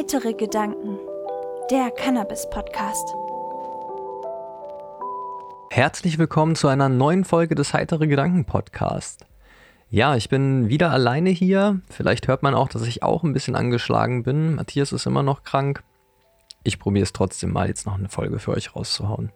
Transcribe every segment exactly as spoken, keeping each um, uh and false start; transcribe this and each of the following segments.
Heitere Gedanken, der Cannabis-Podcast. Herzlich willkommen zu einer neuen Folge des Heitere Gedanken Podcast. Ja, ich bin wieder alleine hier. Vielleicht hört man auch, dass ich auch ein bisschen angeschlagen bin. Matthias ist immer noch krank. Ich probiere es trotzdem mal, jetzt noch eine Folge für euch rauszuhauen.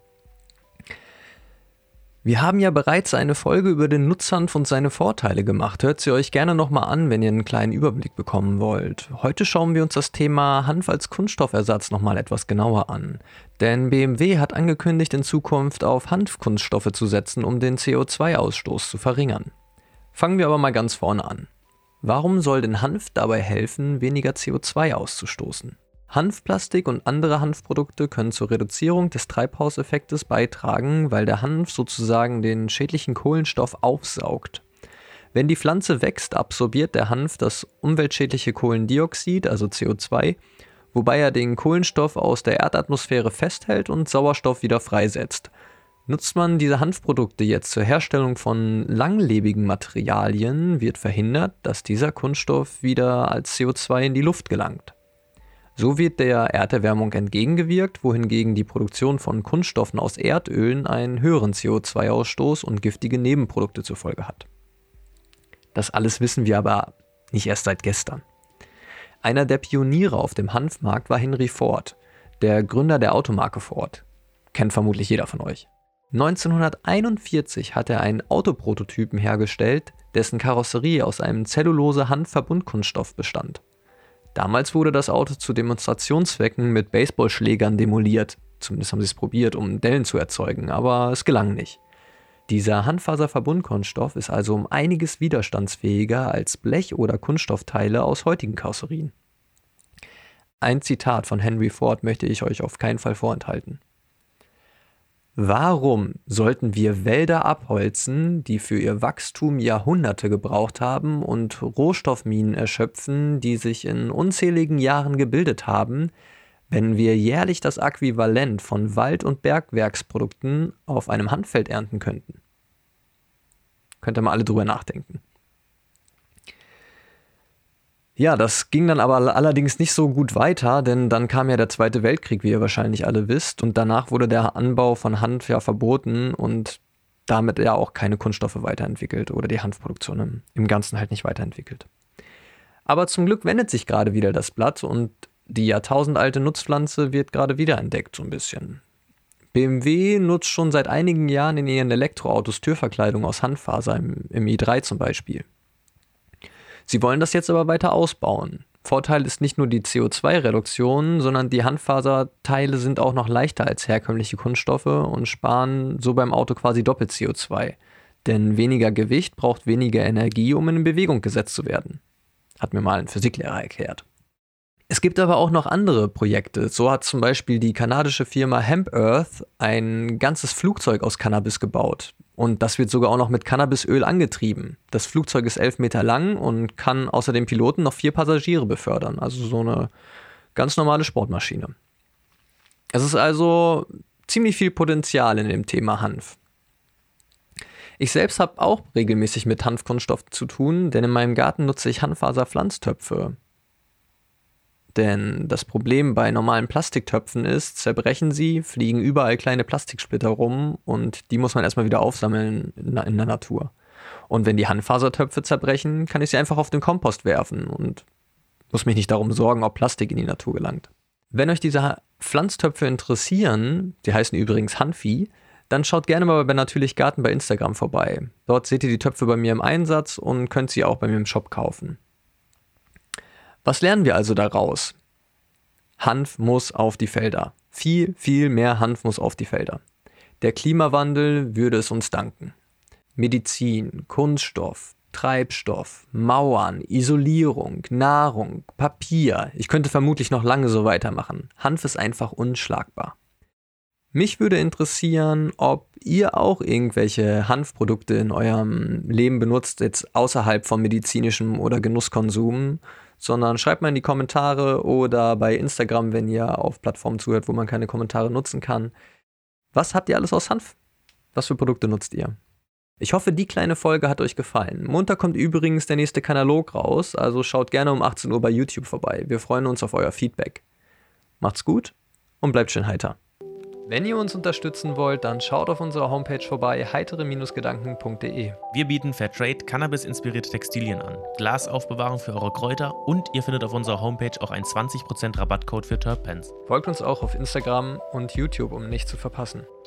Wir haben ja bereits eine Folge über den Nutzhanf und seine Vorteile gemacht. Hört sie euch gerne nochmal an, wenn ihr einen kleinen Überblick bekommen wollt. Heute schauen wir uns das Thema Hanf als Kunststoffersatz nochmal etwas genauer an. Denn B M W hat angekündigt, in Zukunft auf Hanfkunststoffe zu setzen, um den C O zwei Ausstoß zu verringern. Fangen wir aber mal ganz vorne an. Warum soll denn Hanf dabei helfen, weniger C O zwei auszustoßen? Hanfplastik und andere Hanfprodukte können zur Reduzierung des Treibhauseffektes beitragen, weil der Hanf sozusagen den schädlichen Kohlenstoff aufsaugt. Wenn die Pflanze wächst, absorbiert der Hanf das umweltschädliche Kohlendioxid, also C O zwei, wobei er den Kohlenstoff aus der Erdatmosphäre festhält und Sauerstoff wieder freisetzt. Nutzt man diese Hanfprodukte jetzt zur Herstellung von langlebigen Materialien, wird verhindert, dass dieser Kunststoff wieder als C O zwei in die Luft gelangt. So wird der Erderwärmung entgegengewirkt, wohingegen die Produktion von Kunststoffen aus Erdölen einen höheren C O zwei Ausstoß und giftige Nebenprodukte zur Folge hat. Das alles wissen wir aber nicht erst seit gestern. Einer der Pioniere auf dem Hanfmarkt war Henry Ford, der Gründer der Automarke Ford. Kennt vermutlich jeder von euch. neunzehnhunderteinundvierzig hat er einen Autoprototypen hergestellt, dessen Karosserie aus einem Zellulose-Hanf-Verbundkunststoff bestand. Damals wurde das Auto zu Demonstrationszwecken mit Baseballschlägern demoliert. Zumindest haben sie es probiert, um Dellen zu erzeugen, aber es gelang nicht. Dieser Hanffaser-Verbundkunststoff ist also um einiges widerstandsfähiger als Blech- oder Kunststoffteile aus heutigen Karosserien. Ein Zitat von Henry Ford möchte ich euch auf keinen Fall vorenthalten. Warum sollten wir Wälder abholzen, die für ihr Wachstum Jahrhunderte gebraucht haben, und Rohstoffminen erschöpfen, die sich in unzähligen Jahren gebildet haben, wenn wir jährlich das Äquivalent von Wald- und Bergwerksprodukten auf einem Hanffeld ernten könnten? Könnt ihr mal alle drüber nachdenken. Ja, das ging dann aber allerdings nicht so gut weiter, denn dann kam ja der Zweite Weltkrieg, wie ihr wahrscheinlich alle wisst, und danach wurde der Anbau von Hanf ja verboten und damit ja auch keine Kunststoffe weiterentwickelt oder die Hanfproduktion im, im Ganzen halt nicht weiterentwickelt. Aber zum Glück wendet sich gerade wieder das Blatt und die jahrtausendalte Nutzpflanze wird gerade wiederentdeckt so ein bisschen. B M W nutzt schon seit einigen Jahren in ihren Elektroautos Türverkleidung aus Hanffaser, im, im i drei zum Beispiel. Sie wollen das jetzt aber weiter ausbauen. Vorteil ist nicht nur die C O zwei Reduktion, sondern die Hanffaserteile sind auch noch leichter als herkömmliche Kunststoffe und sparen so beim Auto quasi doppelt C O zwei. Denn weniger Gewicht braucht weniger Energie, um in Bewegung gesetzt zu werden. Hat mir mal ein Physiklehrer erklärt. Es gibt aber auch noch andere Projekte. So hat zum Beispiel die kanadische Firma Hemp Earth ein ganzes Flugzeug aus Cannabis gebaut. Und das wird sogar auch noch mit Cannabisöl angetrieben. Das Flugzeug ist elf Meter lang und kann außer dem Piloten noch vier Passagiere befördern. Also so eine ganz normale Sportmaschine. Es ist also ziemlich viel Potenzial in dem Thema Hanf. Ich selbst habe auch regelmäßig mit Hanfkunststoff zu tun, denn in meinem Garten nutze ich Hanffaser-Pflanztöpfe. Denn das Problem bei normalen Plastiktöpfen ist, zerbrechen sie, fliegen überall kleine Plastiksplitter rum und die muss man erstmal wieder aufsammeln in der, in der Natur. Und wenn die Hanffasertöpfe zerbrechen, kann ich sie einfach auf den Kompost werfen und muss mich nicht darum sorgen, ob Plastik in die Natur gelangt. Wenn euch diese Pflanztöpfe interessieren, die heißen übrigens Hanfi, dann schaut gerne mal bei Natürlich Garten bei Instagram vorbei. Dort seht ihr die Töpfe bei mir im Einsatz und könnt sie auch bei mir im Shop kaufen. Was lernen wir also daraus? Hanf muss auf die Felder. Viel, viel mehr Hanf muss auf die Felder. Der Klimawandel würde es uns danken. Medizin, Kunststoff, Treibstoff, Mauern, Isolierung, Nahrung, Papier. Ich könnte vermutlich noch lange so weitermachen. Hanf ist einfach unschlagbar. Mich würde interessieren, ob ihr auch irgendwelche Hanfprodukte in eurem Leben benutzt, jetzt außerhalb vom medizinischen oder Genusskonsum, sondern schreibt mal in die Kommentare oder bei Instagram, wenn ihr auf Plattformen zuhört, wo man keine Kommentare nutzen kann. Was habt ihr alles aus Hanf? Was für Produkte nutzt ihr? Ich hoffe, die kleine Folge hat euch gefallen. Montag kommt übrigens der nächste Kanalog raus, also schaut gerne um achtzehn Uhr bei YouTube vorbei. Wir freuen uns auf euer Feedback. Macht's gut und bleibt schön heiter. Wenn ihr uns unterstützen wollt, dann schaut auf unserer Homepage vorbei, heitere Gedanken punkt de. Wir bieten Fairtrade Cannabis-inspirierte Textilien an, Glasaufbewahrung für eure Kräuter und ihr findet auf unserer Homepage auch einen zwanzig Prozent Rabattcode für Terpenes. Folgt uns auch auf Instagram und YouTube, um nichts zu verpassen.